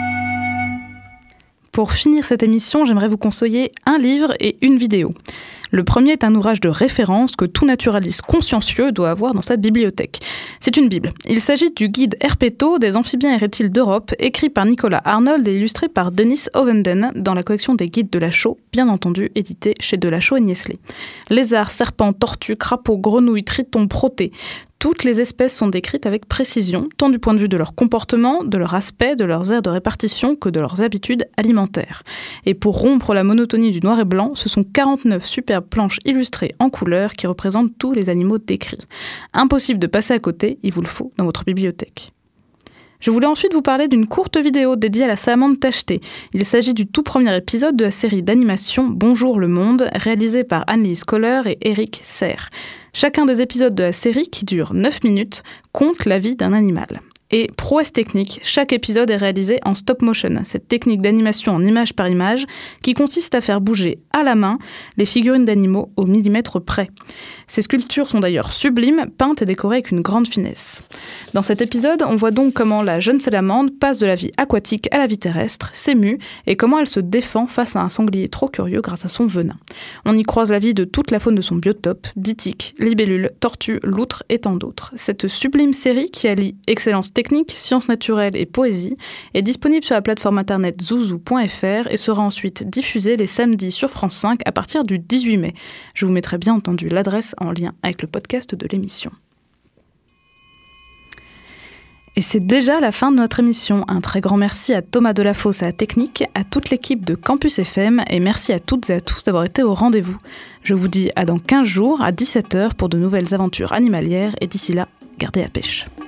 Pour finir cette émission, j'aimerais vous conseiller un livre et une vidéo. Le premier est un ouvrage de référence que tout naturaliste consciencieux doit avoir dans sa bibliothèque. C'est une bible. Il s'agit du guide Herpéto des amphibiens et reptiles d'Europe, écrit par Nicolas Arnold et illustré par Denis Ovenden dans la collection des guides de Lachaud, bien entendu édité chez Delachaux et Niestlé. Lézards, serpents, tortues, crapauds, grenouilles, tritons, protées. Toutes les espèces sont décrites avec précision, tant du point de vue de leur comportement, de leur aspect, de leurs aires de répartition que de leurs habitudes alimentaires. Et pour rompre la monotonie du noir et blanc, ce sont 49 superbes planches illustrées en couleurs qui représentent tous les animaux décrits. Impossible de passer à côté, il vous le faut dans votre bibliothèque. Je voulais ensuite vous parler d'une courte vidéo dédiée à la salamandre tachetée. Il s'agit du tout premier épisode de la série d'animation Bonjour le monde, réalisée par Anne-Lise Kohler et Eric Serre. Chacun des épisodes de la série, qui dure 9 minutes, compte la vie d'un animal. Et prouesse technique, chaque épisode est réalisé en stop motion, cette technique d'animation en image par image qui consiste à faire bouger à la main les figurines d'animaux au millimètre près. Ces sculptures sont d'ailleurs sublimes, peintes et décorées avec une grande finesse. Dans cet épisode, on voit donc comment la jeune salamandre passe de la vie aquatique à la vie terrestre, s'émue, et comment elle se défend face à un sanglier trop curieux grâce à son venin. On y croise la vie de toute la faune de son biotope, dithyques, libellules, tortues, loutres et tant d'autres. Cette sublime série qui allie excellence technique, sciences naturelles et poésie est disponible sur la plateforme internet zouzou.fr et sera ensuite diffusée les samedis sur France 5 à partir du 18 mai. Je vous mettrai bien entendu l'adresse en lien avec le podcast de l'émission. Et c'est déjà la fin de notre émission. Un très grand merci à Thomas Delafosse à la technique, à toute l'équipe de Campus FM et merci à toutes et à tous d'avoir été au rendez-vous. Je vous dis à dans 15 jours à 17h pour de nouvelles aventures animalières et d'ici là, gardez la pêche.